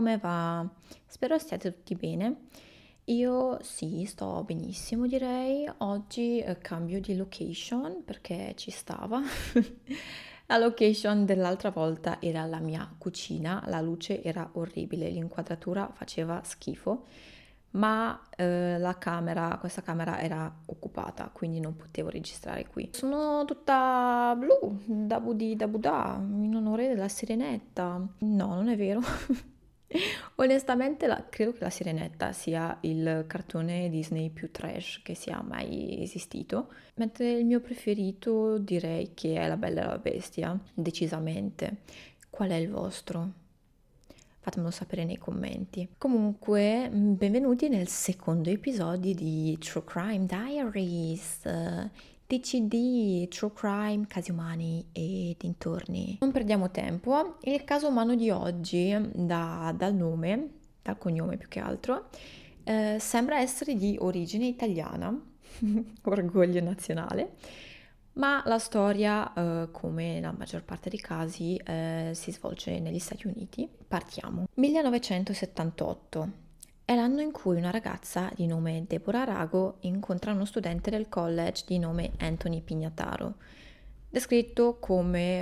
come va? Spero stiate tutti bene. Io sì, sto benissimo direi. Oggi cambio di location perché ci stava. La location dell'altra volta era la mia cucina, la luce era orribile, l'inquadratura faceva schifo, ma questa camera era occupata, quindi non potevo registrare qui. Sono tutta blu, da Budì da Budà, in onore della Sirenetta. No, non è vero. Onestamente credo che la Sirenetta sia il cartone Disney più trash che sia mai esistito, mentre il mio preferito direi che è La Bella e la Bestia, decisamente. Qual è il vostro? Fatemelo sapere nei commenti. Comunque, benvenuti nel secondo episodio di True Crime Diaries, TCD, True Crime, casi umani e dintorni. Non perdiamo tempo, il caso umano di oggi, dal nome, dal cognome più che altro, sembra essere di origine italiana, orgoglio nazionale. Ma la storia, come nella maggior parte dei casi, si svolge negli Stati Uniti. Partiamo. 1978. È l'anno in cui una ragazza di nome Deborah Arago incontra uno studente del college di nome Anthony Pignataro, descritto come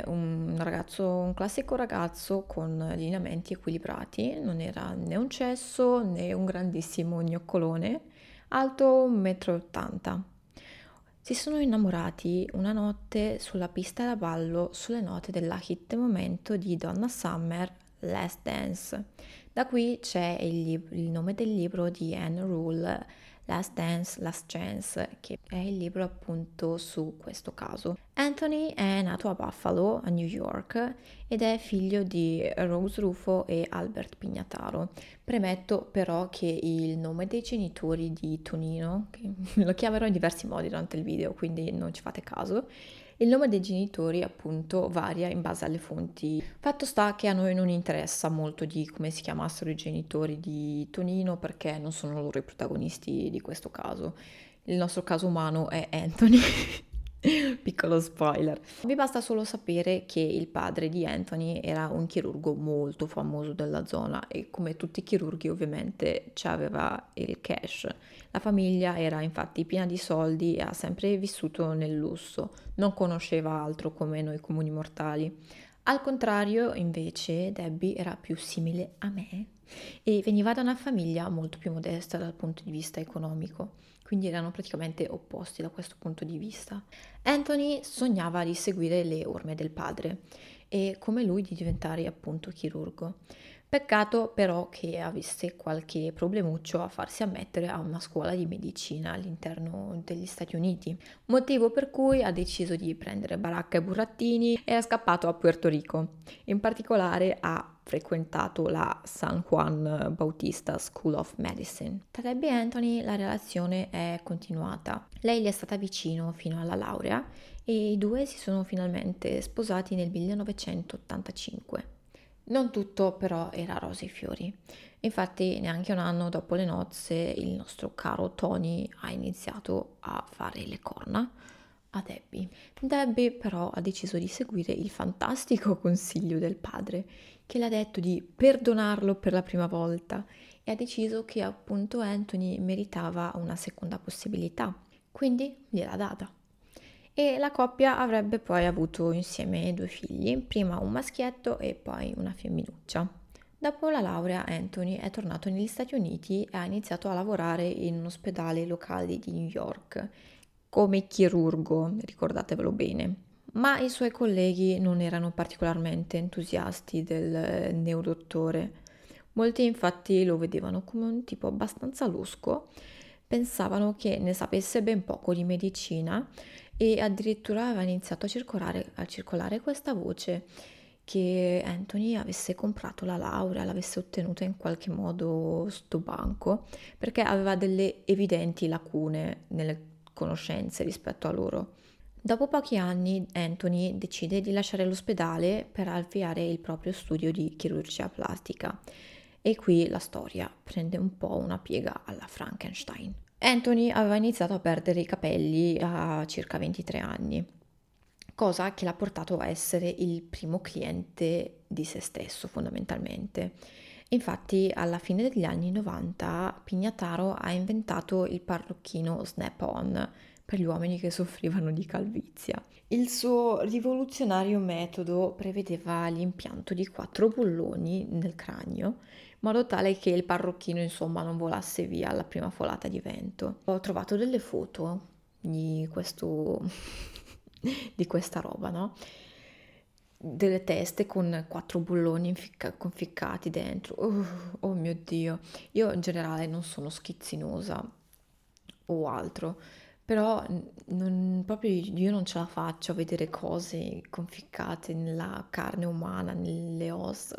un classico ragazzo con lineamenti equilibrati, non era né un cesso né un grandissimo gnoccolone, alto 1,80 m. Si sono innamorati una notte sulla pista da ballo sulle note della hit del momento di Donna Summer, Last Dance. Da qui c'è il nome del libro di Anne Rule, Last Dance, Last Chance, che è il libro appunto su questo caso. Anthony è nato a Buffalo, a New York, ed è figlio di Rose Rufo e Albert Pignataro. Premetto però che il nome dei genitori di Tonino, che lo chiamerò in diversi modi durante il video, quindi non ci fate caso, il nome dei genitori appunto varia in base alle fonti. Fatto sta che a noi non interessa molto di come si chiamassero i genitori di Tonino perché non sono loro i protagonisti di questo caso. Il nostro caso umano è Anthony. Piccolo spoiler. Vi basta solo sapere che il padre di Anthony era un chirurgo molto famoso della zona e come tutti i chirurghi ovviamente aveva il cash. La famiglia era infatti piena di soldi e ha sempre vissuto nel lusso, non conosceva altro come noi comuni mortali. Al contrario, invece, Debbie era più simile a me e veniva da una famiglia molto più modesta dal punto di vista economico, quindi erano praticamente opposti da questo punto di vista. Anthony sognava di seguire le orme del padre e come lui di diventare appunto chirurgo. Peccato però che avesse qualche problemuccio a farsi ammettere a una scuola di medicina all'interno degli Stati Uniti, motivo per cui ha deciso di prendere baracca e burattini e è scappato a Puerto Rico. In particolare ha frequentato la San Juan Bautista School of Medicine. Tra Debbie e Anthony la relazione è continuata. Lei gli è stata vicino fino alla laurea e i due si sono finalmente sposati nel 1985. Non tutto però era rose e fiori. Infatti neanche un anno dopo le nozze il nostro caro Tony ha iniziato a fare le corna a Debbie. Debbie però ha deciso di seguire il fantastico consiglio del padre che le ha detto di perdonarlo per la prima volta e ha deciso che appunto Anthony meritava una seconda possibilità. Quindi gliel'ha data. E la coppia avrebbe poi avuto insieme due figli, prima un maschietto e poi una femminuccia. Dopo la laurea Anthony è tornato negli Stati Uniti e ha iniziato a lavorare in un ospedale locale di New York come chirurgo, ricordatevelo bene. Ma i suoi colleghi non erano particolarmente entusiasti del neodottore. Molti infatti lo vedevano come un tipo abbastanza losco, pensavano che ne sapesse ben poco di medicina e addirittura aveva iniziato a circolare questa voce che Anthony avesse comprato la laurea, l'avesse ottenuta in qualche modo sto banco, perché aveva delle evidenti lacune nelle conoscenze rispetto a loro. Dopo pochi anni Anthony decide di lasciare l'ospedale per avviare il proprio studio di chirurgia plastica e qui la storia prende un po' una piega alla Frankenstein. Anthony aveva iniziato a perdere i capelli a circa 23 anni, cosa che l'ha portato a essere il primo cliente di se stesso fondamentalmente. Infatti, alla fine degli anni 90, Pignataro ha inventato il parrucchino Snap-on per gli uomini che soffrivano di calvizie. Il suo rivoluzionario metodo prevedeva l'impianto di 4 bulloni nel cranio, in modo tale che il parrucchino, insomma, non volasse via alla prima folata di vento. Ho trovato delle foto di questo, di questa roba, no? Delle teste con 4 bulloni conficcati dentro. Oh mio Dio. Io in generale non sono schizzinosa o altro, però proprio io non ce la faccio a vedere cose conficcate nella carne umana, nelle ossa.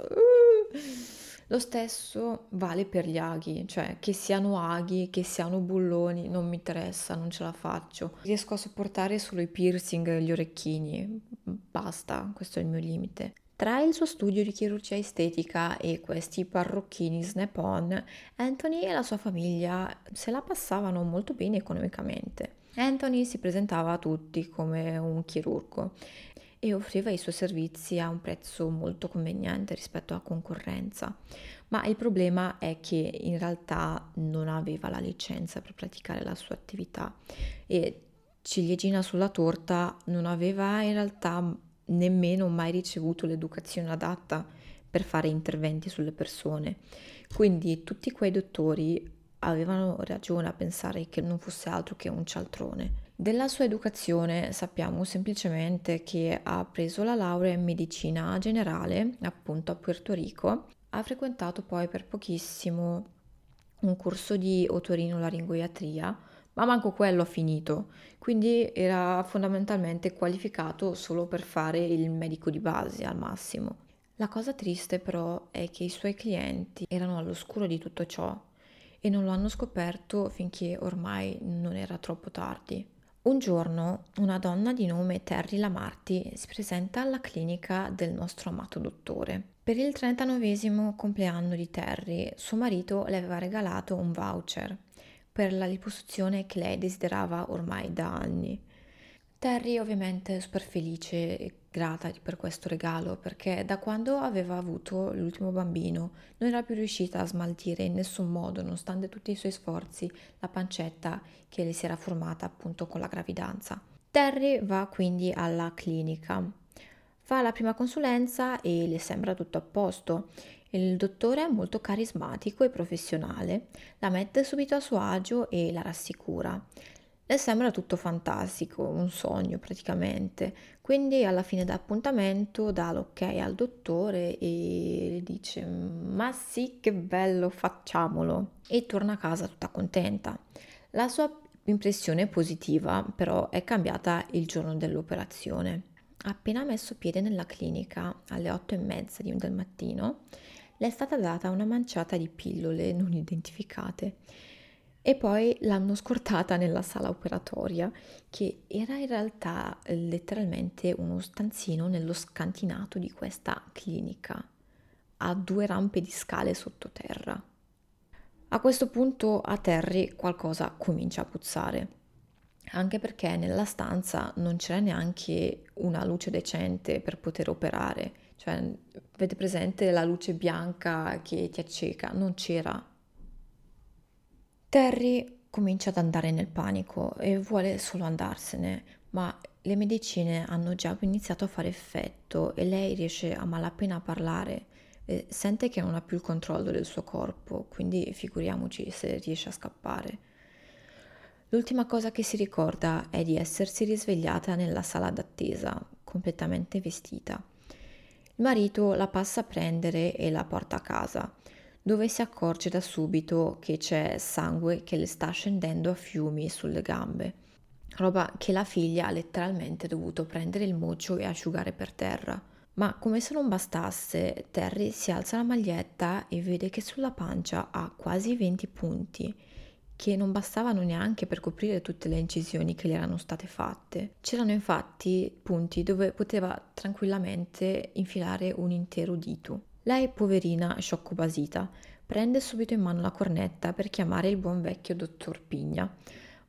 Lo stesso vale per gli aghi, cioè che siano aghi, che siano bulloni, non mi interessa, non ce la faccio. Riesco a sopportare solo i piercing e gli orecchini, basta, questo è il mio limite. Tra il suo studio di chirurgia estetica e questi parrucchini snap-on, Anthony e la sua famiglia se la passavano molto bene economicamente. Anthony si presentava a tutti come un chirurgo e offriva i suoi servizi a un prezzo molto conveniente rispetto alla concorrenza, ma il problema è che in realtà non aveva la licenza per praticare la sua attività e ciliegina sulla torta non aveva in realtà nemmeno mai ricevuto l'educazione adatta per fare interventi sulle persone. Quindi tutti quei dottori avevano ragione a pensare che non fosse altro che un cialtrone. Della sua educazione sappiamo semplicemente che ha preso la laurea in medicina generale, appunto a Puerto Rico, ha frequentato poi per pochissimo un corso di otorinolaringoiatria, ma manco quello ha finito, quindi era fondamentalmente qualificato solo per fare il medico di base al massimo. La cosa triste però è che i suoi clienti erano all'oscuro di tutto ciò e non lo hanno scoperto finché ormai non era troppo tardi. Un giorno una donna di nome Terry Lamarti si presenta alla clinica del nostro amato dottore. Per il 39esimo compleanno di Terry, suo marito le aveva regalato un voucher per la liposuzione che lei desiderava ormai da anni. Terry ovviamente è super felice e grata per questo regalo perché da quando aveva avuto l'ultimo bambino non era più riuscita a smaltire in nessun modo, nonostante tutti i suoi sforzi, la pancetta che le si era formata appunto con la gravidanza. Terry va quindi alla clinica, fa la prima consulenza e le sembra tutto a posto. Il dottore è molto carismatico e professionale, la mette subito a suo agio e la rassicura. Le sembra tutto fantastico, un sogno praticamente. Quindi alla fine dell'appuntamento dà l'ok al dottore e dice: Ma sì, che bello, facciamolo! E torna a casa tutta contenta. La sua impressione positiva però è cambiata il giorno dell'operazione. Appena messo piede nella clinica alle 8:30 del mattino, le è stata data una manciata di pillole non identificate e poi l'hanno scortata nella sala operatoria, che era in realtà letteralmente uno stanzino nello scantinato di questa clinica, a 2 rampe di scale sottoterra. A questo punto a Terry qualcosa comincia a puzzare, anche perché nella stanza non c'era neanche una luce decente per poter operare, cioè avete presente la luce bianca che ti acceca? Non c'era. Terry comincia ad andare nel panico e vuole solo andarsene, ma le medicine hanno già iniziato a fare effetto e lei riesce a malapena a parlare. Sente che non ha più il controllo del suo corpo, quindi figuriamoci se riesce a scappare. L'ultima cosa che si ricorda è di essersi risvegliata nella sala d'attesa, completamente vestita. Il marito la passa a prendere e la porta a casa, dove si accorge da subito che c'è sangue che le sta scendendo a fiumi sulle gambe, roba che la figlia ha letteralmente dovuto prendere il mocio e asciugare per terra. Ma come se non bastasse, Terry si alza la maglietta e vede che sulla pancia ha quasi 20 punti, che non bastavano neanche per coprire tutte le incisioni che le erano state fatte. C'erano infatti punti dove poteva tranquillamente infilare un intero dito. Lei, poverina, sciocco basita, prende subito in mano la cornetta per chiamare il buon vecchio dottor Pigna,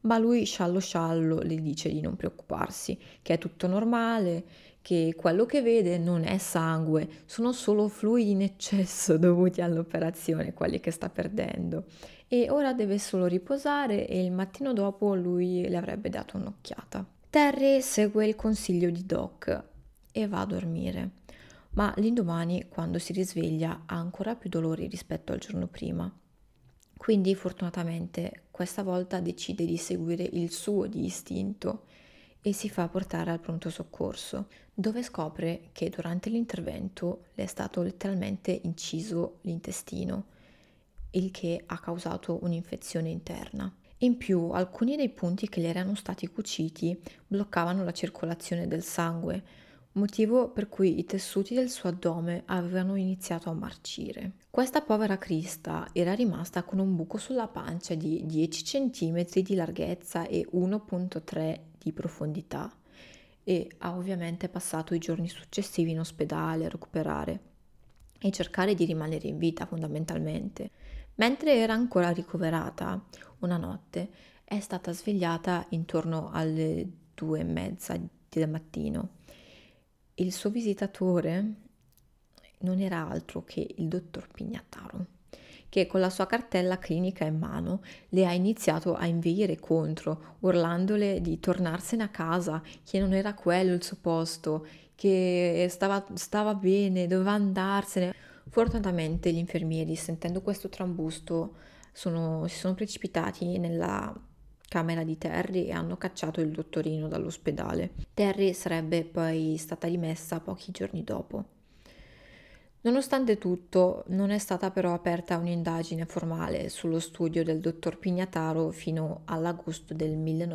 ma lui sciallo sciallo le dice di non preoccuparsi, che è tutto normale, che quello che vede non è sangue, sono solo fluidi in eccesso dovuti all'operazione, quelli che sta perdendo. E ora deve solo riposare e il mattino dopo lui le avrebbe dato un'occhiata. Terry segue il consiglio di Doc e va a dormire, ma l'indomani, quando si risveglia, ha ancora più dolori rispetto al giorno prima. Quindi fortunatamente questa volta decide di seguire il suo di istinto e si fa portare al pronto soccorso, dove scopre che durante l'intervento le è stato letteralmente inciso l'intestino, il che ha causato un'infezione interna. In più, alcuni dei punti che le erano stati cuciti bloccavano la circolazione del sangue, motivo per cui i tessuti del suo addome avevano iniziato a marcire. Questa povera Krista era rimasta con un buco sulla pancia di 10 cm di larghezza e 1,3 di profondità e ha ovviamente passato i giorni successivi in ospedale a recuperare e cercare di rimanere in vita fondamentalmente. Mentre era ancora ricoverata, una notte è stata svegliata intorno alle 2:30 del mattino. Il suo visitatore non era altro che il dottor Pignataro, che con la sua cartella clinica in mano le ha iniziato a inveire contro, urlandole di tornarsene a casa, che non era quello il suo posto, che stava bene, doveva andarsene. Fortunatamente gli infermieri, sentendo questo trambusto, si sono precipitati nella camera di Terry e hanno cacciato il dottorino dall'ospedale. Terry sarebbe poi stata rimessa pochi giorni dopo. Nonostante tutto, non è stata però aperta un'indagine formale sullo studio del dottor Pignataro fino all'agosto del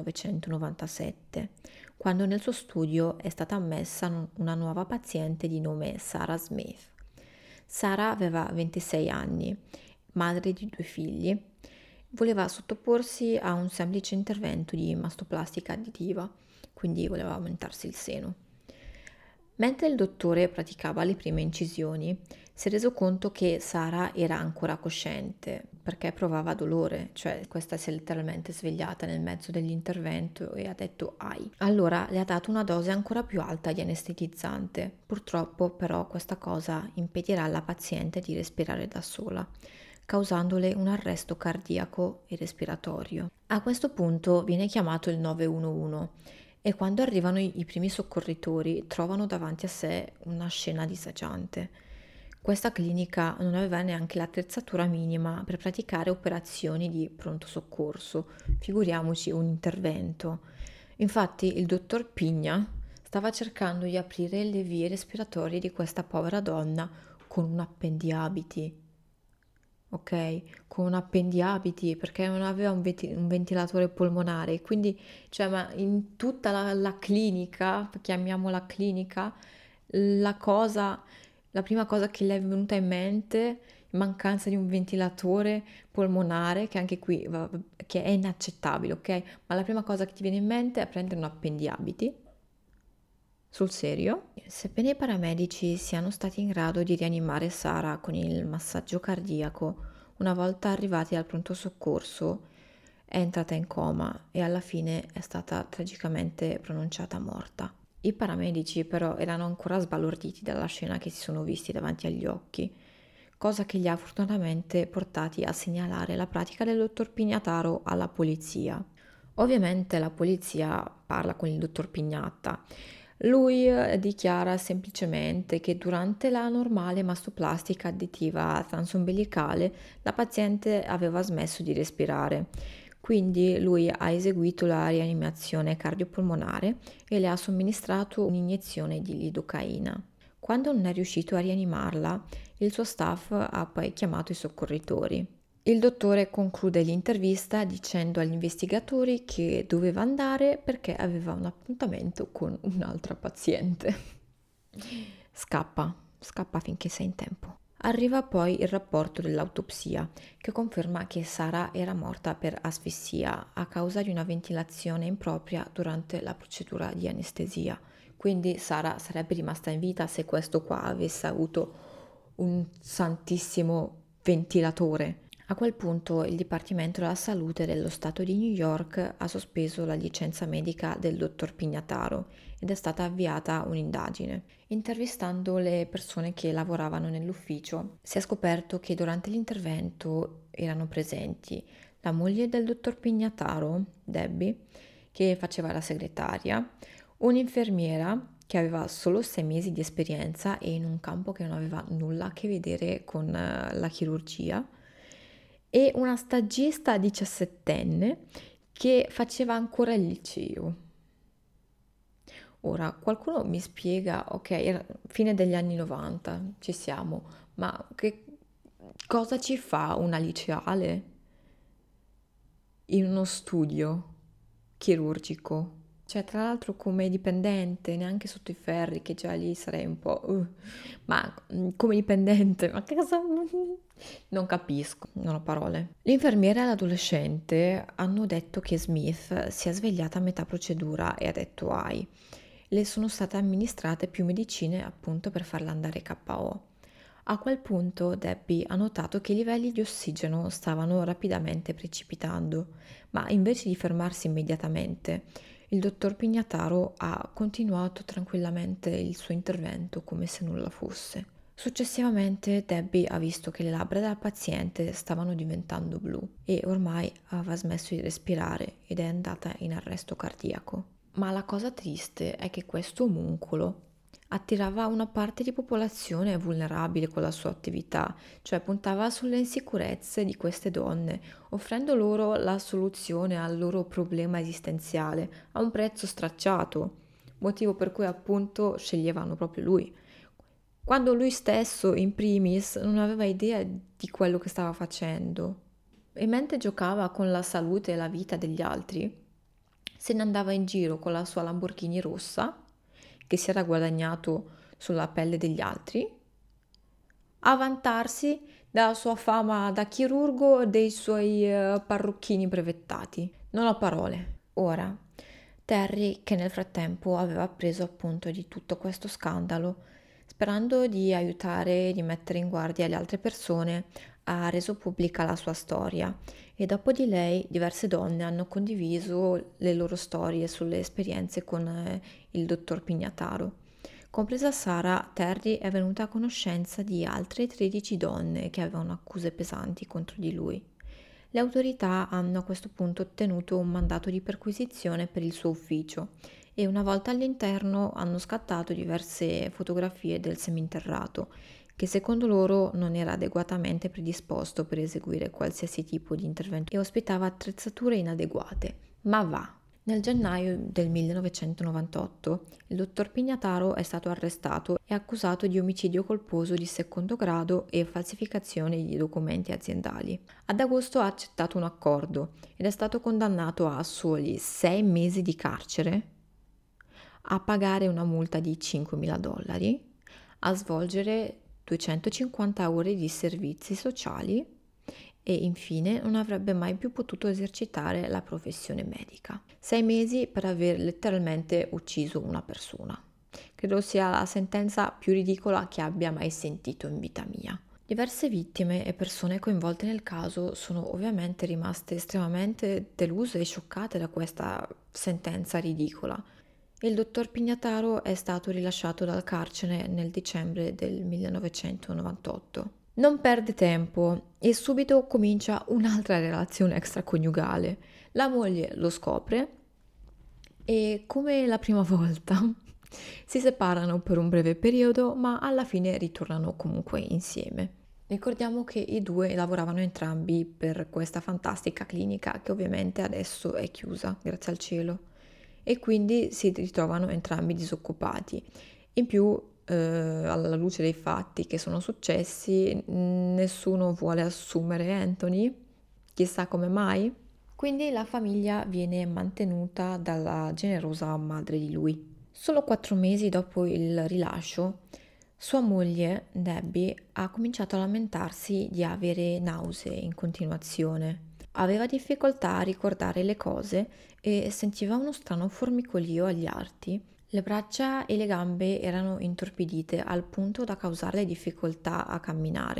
1997, quando nel suo studio è stata ammessa una nuova paziente di nome Sarah Smith. Sarah aveva 26 anni, madre di 2 figli. Voleva sottoporsi a un semplice intervento di mastoplastica additiva, quindi voleva aumentarsi il seno. Mentre il dottore praticava le prime incisioni, si è reso conto che Sara era ancora cosciente perché provava dolore, cioè questa si è letteralmente svegliata nel mezzo dell'intervento e ha detto ai. Allora le ha dato una dose ancora più alta di anestetizzante. Purtroppo però questa cosa impedirà alla paziente di respirare da sola, causandole un arresto cardiaco e respiratorio. A questo punto viene chiamato il 911 e quando arrivano i primi soccorritori trovano davanti a sé una scena disagiante. Questa clinica non aveva neanche l'attrezzatura minima per praticare operazioni di pronto soccorso, figuriamoci un intervento. Infatti il dottor Pigna stava cercando di aprire le vie respiratorie di questa povera donna con un appendiabiti. Ok, con un appendiabiti perché non aveva un ventilatore polmonare, quindi, cioè, ma in tutta la clinica, chiamiamola clinica, la cosa, la prima cosa che le è venuta in mente, in mancanza di un ventilatore polmonare, che anche qui, che è inaccettabile, ok? Ma la prima cosa che ti viene in mente è prendere un appendiabiti. Sul serio? Sebbene i paramedici siano stati in grado di rianimare Sara con il massaggio cardiaco, una volta arrivati al pronto soccorso è entrata in coma e alla fine è stata tragicamente pronunciata morta. I paramedici però erano ancora sbalorditi dalla scena che si sono visti davanti agli occhi, cosa che li ha fortunatamente portati a segnalare la pratica del dottor Pignataro alla polizia. Ovviamente la polizia parla con il dottor Pignatta. Lui dichiara semplicemente che durante la normale mastoplastica additiva transombelicale la paziente aveva smesso di respirare. Quindi lui ha eseguito la rianimazione cardiopolmonare e le ha somministrato un'iniezione di lidocaina. Quando non è riuscito a rianimarla, il suo staff ha poi chiamato i soccorritori. Il dottore conclude l'intervista dicendo agli investigatori che doveva andare perché aveva un appuntamento con un'altra paziente. Scappa finché sei in tempo. Arriva poi il rapporto dell'autopsia che conferma che Sara era morta per asfissia a causa di una ventilazione impropria durante la procedura di anestesia. Quindi Sara sarebbe rimasta in vita se questo qua avesse avuto un santissimo ventilatore. A quel punto il Dipartimento della Salute dello Stato di New York ha sospeso la licenza medica del dottor Pignataro ed è stata avviata un'indagine. Intervistando le persone che lavoravano nell'ufficio, si è scoperto che durante l'intervento erano presenti la moglie del dottor Pignataro, Debbie, che faceva la segretaria, un'infermiera che aveva solo 6 mesi di esperienza e in un campo che non aveva nulla a che vedere con la chirurgia, e una stagista 17enne che faceva ancora il liceo. Ora, qualcuno mi spiega, ok, era fine degli anni 90, ci siamo, ma che cosa ci fa una liceale in uno studio chirurgico? Cioè, tra l'altro come dipendente, neanche sotto i ferri, che già lì sarei un po'... ma come dipendente, ma che cosa... Non capisco, non ho parole. L'infermiera e l'adolescente hanno detto che Smith si è svegliata a metà procedura e ha detto ai. Le sono state amministrate più medicine appunto per farla andare KO. A quel punto Debbie ha notato che i livelli di ossigeno stavano rapidamente precipitando, ma invece di fermarsi immediatamente, il dottor Pignataro ha continuato tranquillamente il suo intervento come se nulla fosse. Successivamente Debbie ha visto che le labbra della paziente stavano diventando blu e ormai aveva smesso di respirare ed è andata in arresto cardiaco. Ma la cosa triste è che questo omuncolo attirava una parte di popolazione vulnerabile con la sua attività, cioè puntava sulle insicurezze di queste donne, offrendo loro la soluzione al loro problema esistenziale a un prezzo stracciato, motivo per cui appunto sceglievano proprio lui, quando lui stesso, in primis, non aveva idea di quello che stava facendo. E mentre giocava con la salute e la vita degli altri, se ne andava in giro con la sua Lamborghini rossa, che si era guadagnato sulla pelle degli altri, a vantarsi della sua fama da chirurgo e dei suoi parrucchini brevettati. Non ho parole. Ora, Terry, che nel frattempo aveva appreso appunto di tutto questo scandalo, sperando di aiutare e di mettere in guardia le altre persone, ha reso pubblica la sua storia e dopo di lei diverse donne hanno condiviso le loro storie sulle esperienze con il dottor Pignataro. Compresa Sara, Terry è venuta a conoscenza di altre 13 donne che avevano accuse pesanti contro di lui. Le autorità hanno a questo punto ottenuto un mandato di perquisizione per il suo ufficio e una volta all'interno hanno scattato diverse fotografie del seminterrato, che secondo loro non era adeguatamente predisposto per eseguire qualsiasi tipo di intervento e ospitava attrezzature inadeguate. Ma va! Nel gennaio del 1998 il dottor Pignataro è stato arrestato e accusato di omicidio colposo di secondo grado e falsificazione di documenti aziendali. Ad agosto ha accettato un accordo ed è stato condannato a soli 6 mesi di carcere, a pagare una multa di $5.000, a svolgere 250 ore di servizi sociali e infine non avrebbe mai più potuto esercitare la professione medica. 6 mesi per aver letteralmente ucciso una persona. Credo sia la sentenza più ridicola che abbia mai sentito in vita mia. Diverse vittime e persone coinvolte nel caso sono ovviamente rimaste estremamente deluse e scioccate da questa sentenza ridicola. Il dottor Pignataro è stato rilasciato dal carcere nel dicembre del 1998. Non perde tempo e subito comincia un'altra relazione extraconiugale. La moglie lo scopre e, come la prima volta, si separano per un breve periodo, ma alla fine ritornano comunque insieme. Ricordiamo che i due lavoravano entrambi per questa fantastica clinica che ovviamente adesso è chiusa, grazie al cielo, e quindi si ritrovano entrambi disoccupati. In più, alla luce dei fatti che sono successi, nessuno vuole assumere Anthony, chissà come mai. Quindi la famiglia viene mantenuta dalla generosa madre di lui. Solo 4 mesi dopo il rilascio, sua moglie, Debbie, ha cominciato a lamentarsi di avere nausee in continuazione. Aveva difficoltà a ricordare le cose e sentiva uno strano formicolio agli arti. Le braccia e le gambe erano intorpidite al punto da causarle difficoltà a camminare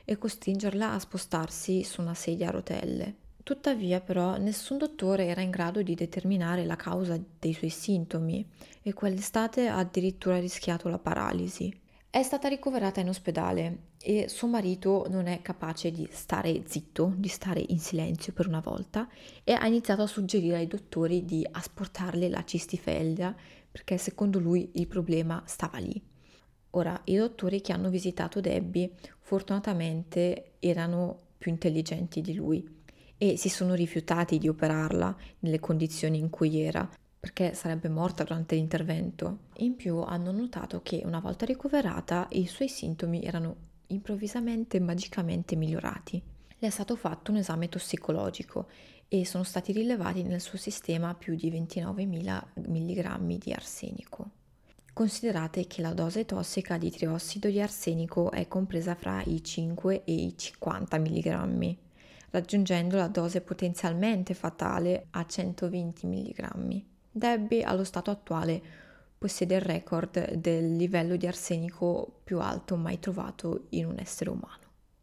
e costringerla a spostarsi su una sedia a rotelle. Tuttavia, però, nessun dottore era in grado di determinare la causa dei suoi sintomi e quell'estate ha addirittura rischiato la paralisi. È stata ricoverata in ospedale e suo marito non è capace di stare zitto, di stare in silenzio per una volta e ha iniziato a suggerire ai dottori di asportarle la cistifellea perché secondo lui il problema stava lì. Ora, i dottori che hanno visitato Debbie fortunatamente erano più intelligenti di lui e si sono rifiutati di operarla nelle condizioni in cui era, perché sarebbe morta durante l'intervento. In più hanno notato che una volta ricoverata i suoi sintomi erano improvvisamente e magicamente migliorati. Le è stato fatto un esame tossicologico e sono stati rilevati nel suo sistema più di 29.000 mg di arsenico. Considerate che la dose tossica di triossido di arsenico è compresa fra i 5 e i 50 mg, raggiungendo la dose potenzialmente fatale a 120 mg. Debbie, allo stato attuale, possiede il record del livello di arsenico più alto mai trovato in un essere umano.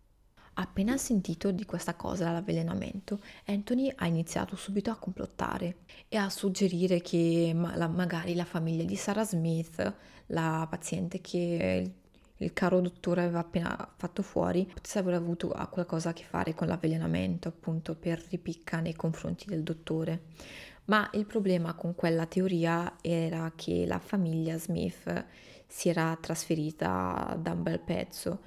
Appena sentito di questa cosa, dell'avvelenamento, Anthony ha iniziato subito a complottare e a suggerire che magari la famiglia di Sarah Smith, la paziente che il caro dottore aveva appena fatto fuori, potesse aver avuto qualcosa a che fare con l'avvelenamento, appunto per ripicca nei confronti del dottore. Ma il problema con quella teoria era che la famiglia Smith si era trasferita da un bel pezzo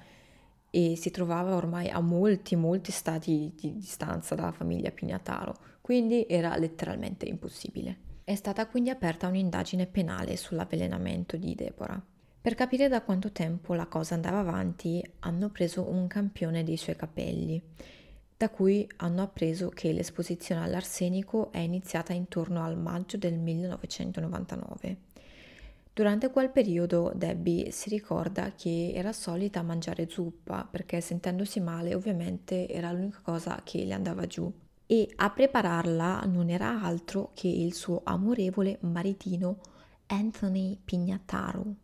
e si trovava ormai a molti stati di distanza dalla famiglia Pignataro, quindi era letteralmente impossibile. È stata quindi aperta un'indagine penale sull'avvelenamento di Deborah. Per capire da quanto tempo la cosa andava avanti, hanno preso un campione dei suoi capelli, da cui hanno appreso che l'esposizione all'arsenico è iniziata intorno al maggio del 1999. Durante quel periodo Debbie si ricorda che era solita mangiare zuppa perché sentendosi male ovviamente era l'unica cosa che le andava giù e a prepararla non era altro che il suo amorevole maritino Anthony Pignataro.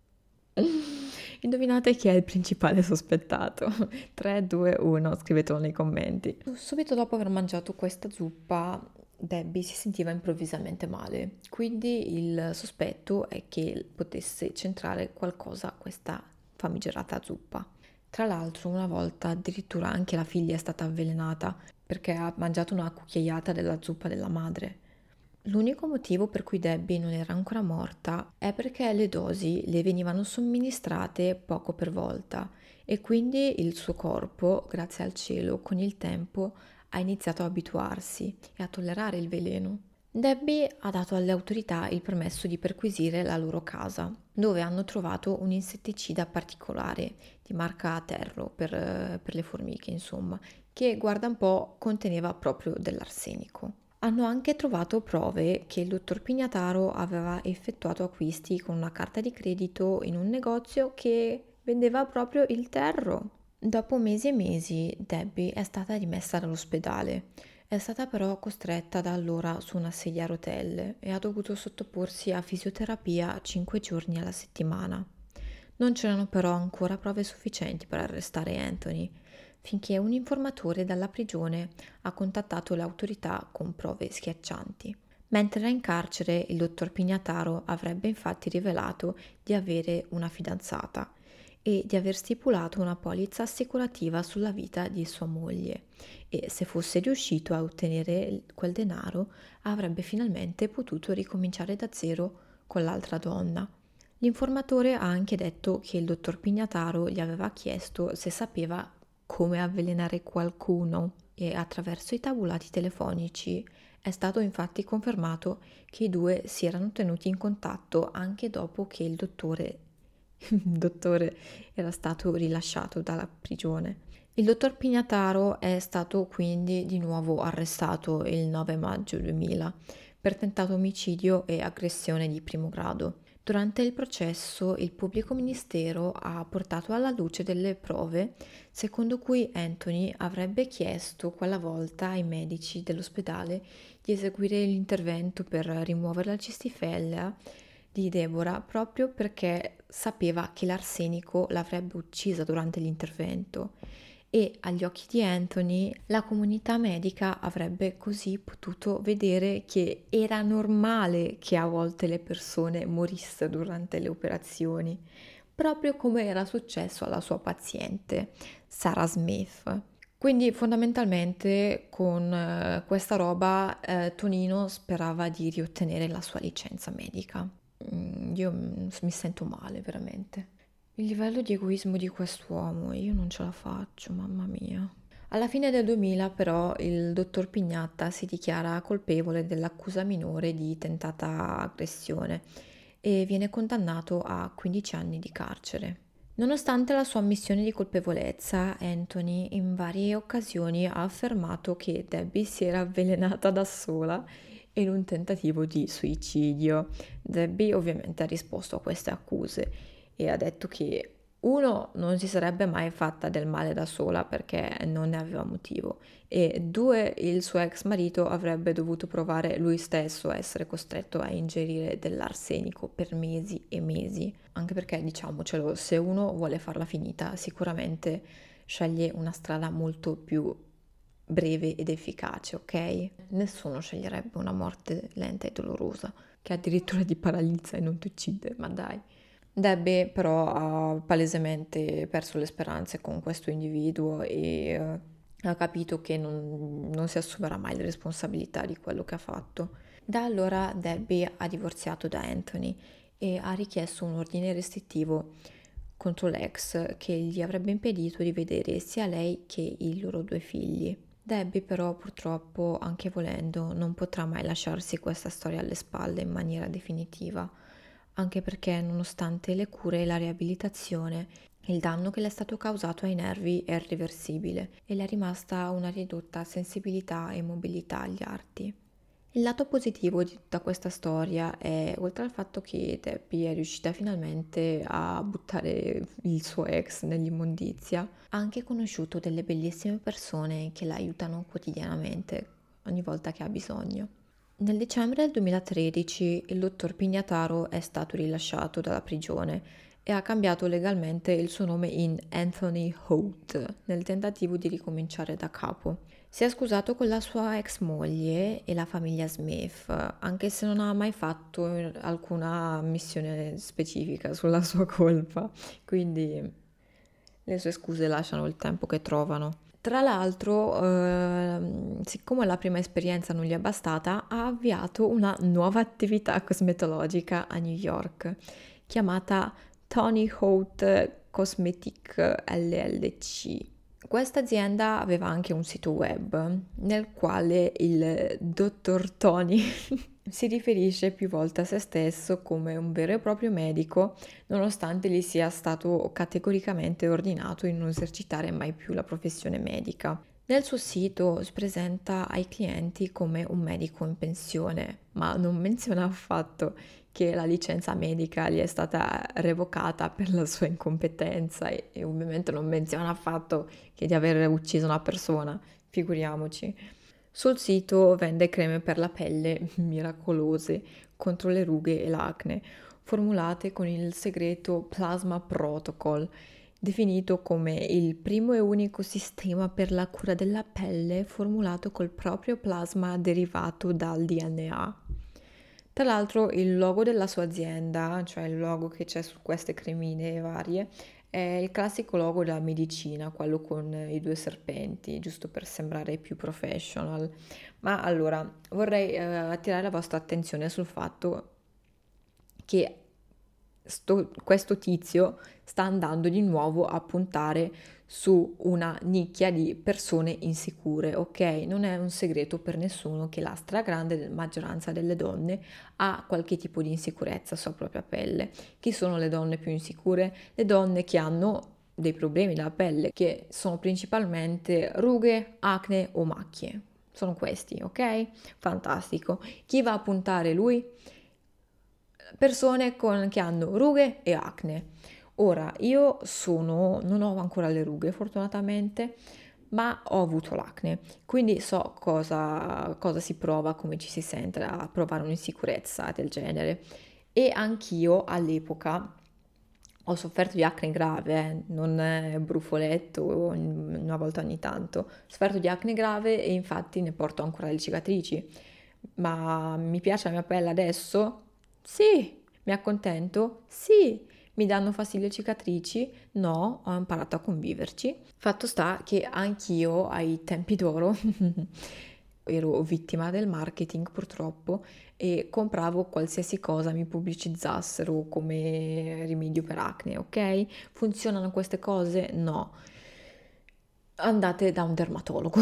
Indovinate chi è il principale sospettato? 3, 2, 1, scrivetelo nei commenti. Subito dopo aver mangiato questa zuppa, Debbie si sentiva improvvisamente male, quindi il sospetto è che potesse centrare qualcosa a questa famigerata zuppa. Tra l'altro, una volta addirittura anche la figlia è stata avvelenata perché ha mangiato una cucchiaiata della zuppa della madre. L'unico motivo per cui Debbie non era ancora morta è perché le dosi le venivano somministrate poco per volta e quindi il suo corpo, grazie al cielo, con il tempo ha iniziato a abituarsi e a tollerare il veleno. Debbie ha dato alle autorità il permesso di perquisire la loro casa, dove hanno trovato un insetticida particolare di marca Terro per le formiche, insomma, che guarda un po' conteneva proprio dell'arsenico. Hanno anche trovato prove che il dottor Pignataro aveva effettuato acquisti con una carta di credito in un negozio che vendeva proprio il terro. Dopo mesi e mesi, Debbie è stata rimessa dall'ospedale. È stata però costretta da allora su una sedia a rotelle e ha dovuto sottoporsi a fisioterapia 5 giorni alla settimana. Non c'erano però ancora prove sufficienti per arrestare Anthony, finché un informatore dalla prigione ha contattato le autorità con prove schiaccianti. Mentre era in carcere, il dottor Pignataro avrebbe infatti rivelato di avere una fidanzata e di aver stipulato una polizza assicurativa sulla vita di sua moglie e se fosse riuscito a ottenere quel denaro avrebbe finalmente potuto ricominciare da zero con l'altra donna. L'informatore ha anche detto che il dottor Pignataro gli aveva chiesto se sapeva come avvelenare qualcuno e attraverso i tabulati telefonici è stato infatti confermato che i due si erano tenuti in contatto anche dopo che il dottore era stato rilasciato dalla prigione. Il dottor Pignataro è stato quindi di nuovo arrestato il 9 maggio 2000 per tentato omicidio e aggressione di primo grado. Durante il processo il pubblico ministero ha portato alla luce delle prove secondo cui Anthony avrebbe chiesto quella volta ai medici dell'ospedale di eseguire l'intervento per rimuovere la cistifellea di Deborah proprio perché sapeva che l'arsenico l'avrebbe uccisa durante l'intervento e agli occhi di Anthony la comunità medica avrebbe così potuto vedere che era normale che a volte le persone morissero durante le operazioni, proprio come era successo alla sua paziente, Sarah Smith. Quindi fondamentalmente con questa roba Tonino sperava di riottenere la sua licenza medica. Io mi sento male veramente. Il livello di egoismo di quest'uomo, io non ce la faccio, mamma mia. Alla fine del 2000 però il dottor Pignatta si dichiara colpevole dell'accusa minore di tentata aggressione e viene condannato a 15 anni di carcere. Nonostante la sua ammissione di colpevolezza, Anthony in varie occasioni ha affermato che Debbie si era avvelenata da sola in un tentativo di suicidio. Debbie ovviamente ha risposto a queste accuse e ha detto che uno, non si sarebbe mai fatta del male da sola perché non ne aveva motivo e due, il suo ex marito avrebbe dovuto provare lui stesso a essere costretto a ingerire dell'arsenico per mesi e mesi, anche perché diciamocelo, se uno vuole farla finita sicuramente sceglie una strada molto più breve ed efficace, ok? Nessuno sceglierebbe una morte lenta e dolorosa che addirittura ti paralizza e non ti uccide, ma dai. Debbie però ha palesemente perso le speranze con questo individuo e ha capito che non si assumerà mai le responsabilità di quello che ha fatto. Da allora Debbie ha divorziato da Anthony e ha richiesto un ordine restrittivo contro l'ex che gli avrebbe impedito di vedere sia lei che i loro due figli. Debbie però purtroppo, anche volendo, non potrà mai lasciarsi questa storia alle spalle in maniera definitiva, anche perché nonostante le cure e la riabilitazione, il danno che le è stato causato ai nervi è irreversibile e le è rimasta una ridotta sensibilità e mobilità agli arti. Il lato positivo di tutta questa storia è, oltre al fatto che Debbie è riuscita finalmente a buttare il suo ex nell'immondizia, ha anche conosciuto delle bellissime persone che la aiutano quotidianamente ogni volta che ha bisogno. Nel dicembre del 2013 il dottor Pignataro è stato rilasciato dalla prigione e ha cambiato legalmente il suo nome in Anthony Holt nel tentativo di ricominciare da capo. Si è scusato con la sua ex moglie e la famiglia Smith, anche se non ha mai fatto alcuna ammissione specifica sulla sua colpa, quindi le sue scuse lasciano il tempo che trovano. Tra l'altro, siccome la prima esperienza non gli è bastata, ha avviato una nuova attività cosmetologica a New York, chiamata Tony Holt Cosmetic LLC. Questa azienda aveva anche un sito web nel quale il dottor Tony si riferisce più volte a se stesso come un vero e proprio medico, nonostante gli sia stato categoricamente ordinato di non esercitare mai più la professione medica. Nel suo sito si presenta ai clienti come un medico in pensione, ma non menziona affatto che la licenza medica gli è stata revocata per la sua incompetenza e ovviamente non menziona affatto che di aver ucciso una persona, figuriamoci. Sul sito vende creme per la pelle miracolose contro le rughe e l'acne, formulate con il segreto Plasma Protocol, definito come il primo e unico sistema per la cura della pelle formulato col proprio plasma derivato dal DNA. Tra l'altro il logo della sua azienda, cioè il logo che c'è su queste cremine varie, è il classico logo della medicina, quello con i due serpenti, giusto per sembrare più professional. Ma allora vorrei attirare la vostra attenzione sul fatto che questo tizio sta andando di nuovo a puntare su una nicchia di persone insicure, ok? Non è un segreto per nessuno che la stragrande maggioranza delle donne ha qualche tipo di insicurezza sulla propria pelle. Chi sono le donne più insicure? Le donne che hanno dei problemi della pelle, che sono principalmente rughe, acne o macchie. Sono questi, ok? Fantastico. Chi va a puntare lui? Persone che hanno rughe e acne. Ora, non ho ancora le rughe fortunatamente, ma ho avuto l'acne, quindi so cosa si prova, come ci si sente a provare un'insicurezza del genere. E anch'io all'epoca, Ho sofferto di acne grave, non è brufoletto una volta ogni tanto. Ho sofferto di acne grave e infatti ne porto ancora le cicatrici. Ma mi piace la mia pelle adesso? Sì. Mi accontento? Sì. Mi danno fastidio le cicatrici? No, ho imparato a conviverci. Fatto sta che anch'io ai tempi d'oro ero vittima del marketing purtroppo e compravo qualsiasi cosa mi pubblicizzassero come rimedio per acne, ok? Funzionano queste cose? No. Andate da un dermatologo.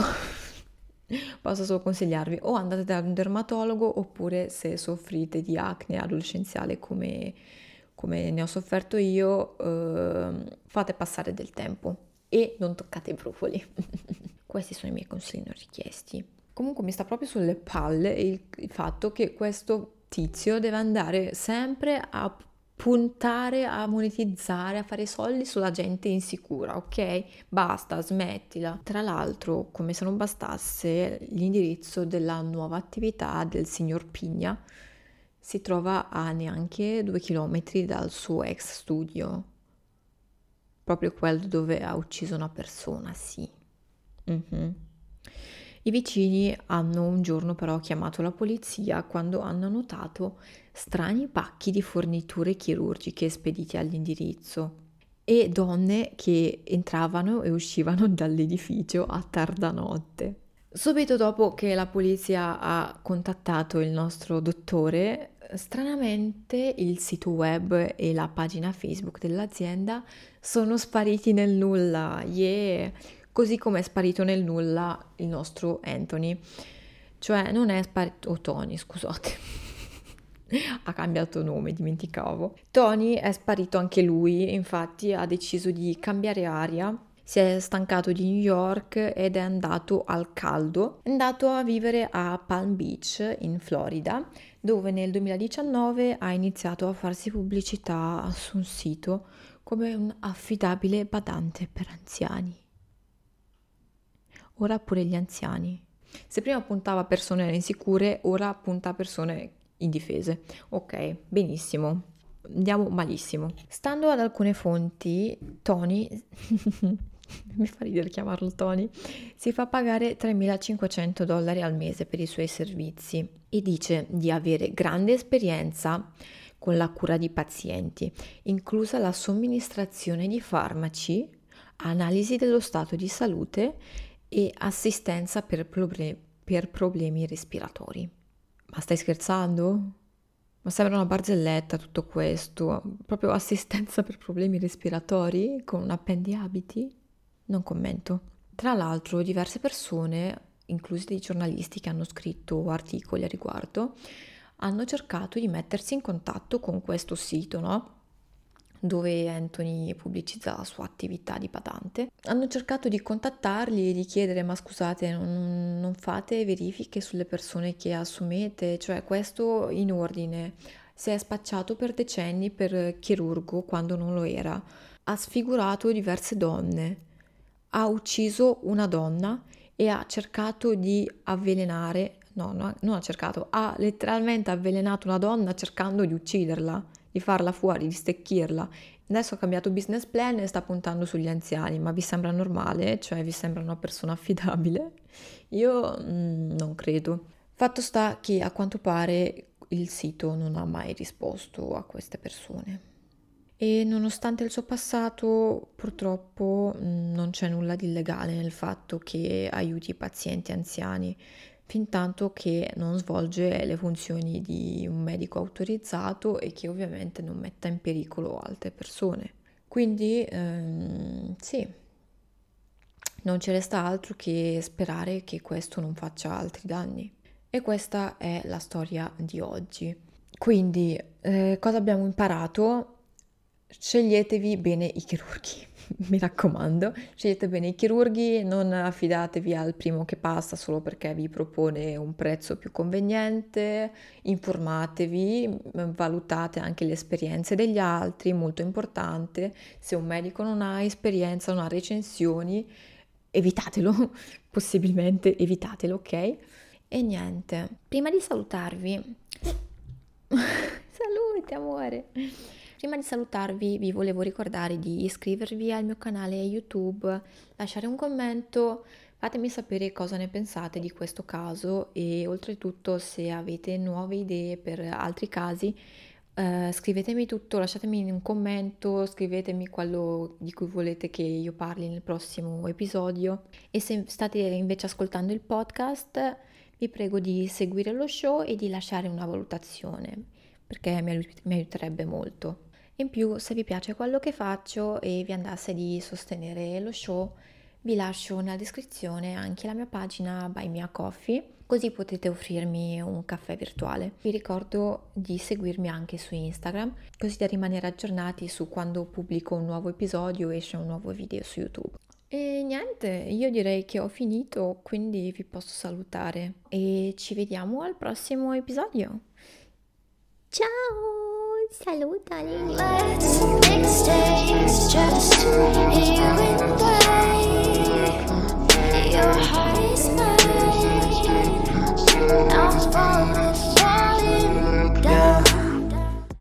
Posso solo consigliarvi o andate da un dermatologo oppure se soffrite di acne adolescenziale come ne ho sofferto io, fate passare del tempo e non toccate i brufoli. Questi sono i miei consigli non richiesti. Comunque mi sta proprio sulle palle il fatto che questo tizio deve andare sempre a puntare, a monetizzare, a fare soldi sulla gente insicura, ok? Basta, smettila. Tra l'altro, come se non bastasse, l'indirizzo della nuova attività del signor Pigna si trova a neanche 2 chilometri dal suo ex studio, proprio quello dove ha ucciso una persona, sì. Mhm. I vicini hanno un giorno però chiamato la polizia quando hanno notato strani pacchi di forniture chirurgiche spediti all'indirizzo e donne che entravano e uscivano dall'edificio a tarda notte. Subito dopo che la polizia ha contattato il nostro dottore, stranamente il sito web e la pagina Facebook dell'azienda sono spariti nel nulla. Yeah! Così come è sparito nel nulla il nostro Anthony. Cioè non è sparito, oh Tony, scusate, ha cambiato nome, dimenticavo. Tony è sparito anche lui, infatti ha deciso di cambiare aria, si è stancato di New York ed è andato al caldo, è andato a vivere a Palm Beach in Florida, dove nel 2019 ha iniziato a farsi pubblicità su un sito come un affidabile badante per anziani. Ora pure gli anziani. Se prima puntava a persone insicure, ora punta a persone indifese. Ok, benissimo. Andiamo malissimo. Stando ad alcune fonti, Tony, mi fa ridere chiamarlo Tony, si fa pagare $3.500 al mese per i suoi servizi e dice di avere grande esperienza con la cura di pazienti, inclusa la somministrazione di farmaci, analisi dello stato di salute e assistenza per problemi respiratori. Ma stai scherzando? Ma sembra una barzelletta tutto questo. Proprio assistenza per problemi respiratori con un appendiabiti? Non commento. Tra l'altro, diverse persone, inclusi dei giornalisti che hanno scritto articoli a riguardo, hanno cercato di mettersi in contatto con questo sito, no? Dove Anthony pubblicizza la sua attività di badante. Hanno cercato di contattarli e di chiedere: ma scusate, non fate verifiche sulle persone che assumete? Cioè, questo in ordine. Si è spacciato per decenni per chirurgo quando non lo era. Ha sfigurato diverse donne. Ha ucciso una donna e ha cercato di avvelenare, no, non ha cercato, ha letteralmente avvelenato una donna cercando di ucciderla, di farla fuori, di stecchirla. Adesso ha cambiato business plan e sta puntando sugli anziani, ma vi sembra normale? Cioè vi sembra una persona affidabile? Io non credo. Fatto sta che a quanto pare il sito non ha mai risposto a queste persone. E nonostante il suo passato, purtroppo non c'è nulla di illegale nel fatto che aiuti i pazienti anziani, fintanto che non svolge le funzioni di un medico autorizzato e che ovviamente non metta in pericolo altre persone. Quindi sì, non ci resta altro che sperare che questo non faccia altri danni. E questa è la storia di oggi. Quindi, cosa abbiamo imparato? Sceglietevi bene i chirurghi, mi raccomando, scegliete bene i chirurghi, non affidatevi al primo che passa solo perché vi propone un prezzo più conveniente, informatevi, valutate anche le esperienze degli altri, molto importante, se un medico non ha esperienza, non ha recensioni, evitatelo, possibilmente evitatelo, ok? E niente, prima di salutarvi, salute amore! Prima di salutarvi vi volevo ricordare di iscrivervi al mio canale YouTube, lasciare un commento, fatemi sapere cosa ne pensate di questo caso e oltretutto se avete nuove idee per altri casi, scrivetemi tutto, lasciatemi in un commento, scrivetemi quello di cui volete che io parli nel prossimo episodio e se state invece ascoltando il podcast vi prego di seguire lo show e di lasciare una valutazione perché mi aiuterebbe molto. In più, se vi piace quello che faccio e vi andasse di sostenere lo show, vi lascio nella descrizione anche la mia pagina Buy Me a Coffee, così potete offrirmi un caffè virtuale. Vi ricordo di seguirmi anche su Instagram, così da rimanere aggiornati su quando pubblico un nuovo episodio o esce un nuovo video su YouTube. E niente, io direi che ho finito, quindi vi posso salutare e ci vediamo al prossimo episodio. Ciao, salutali. Let's fix things, just you and I. Your heart is mine. I'll follow.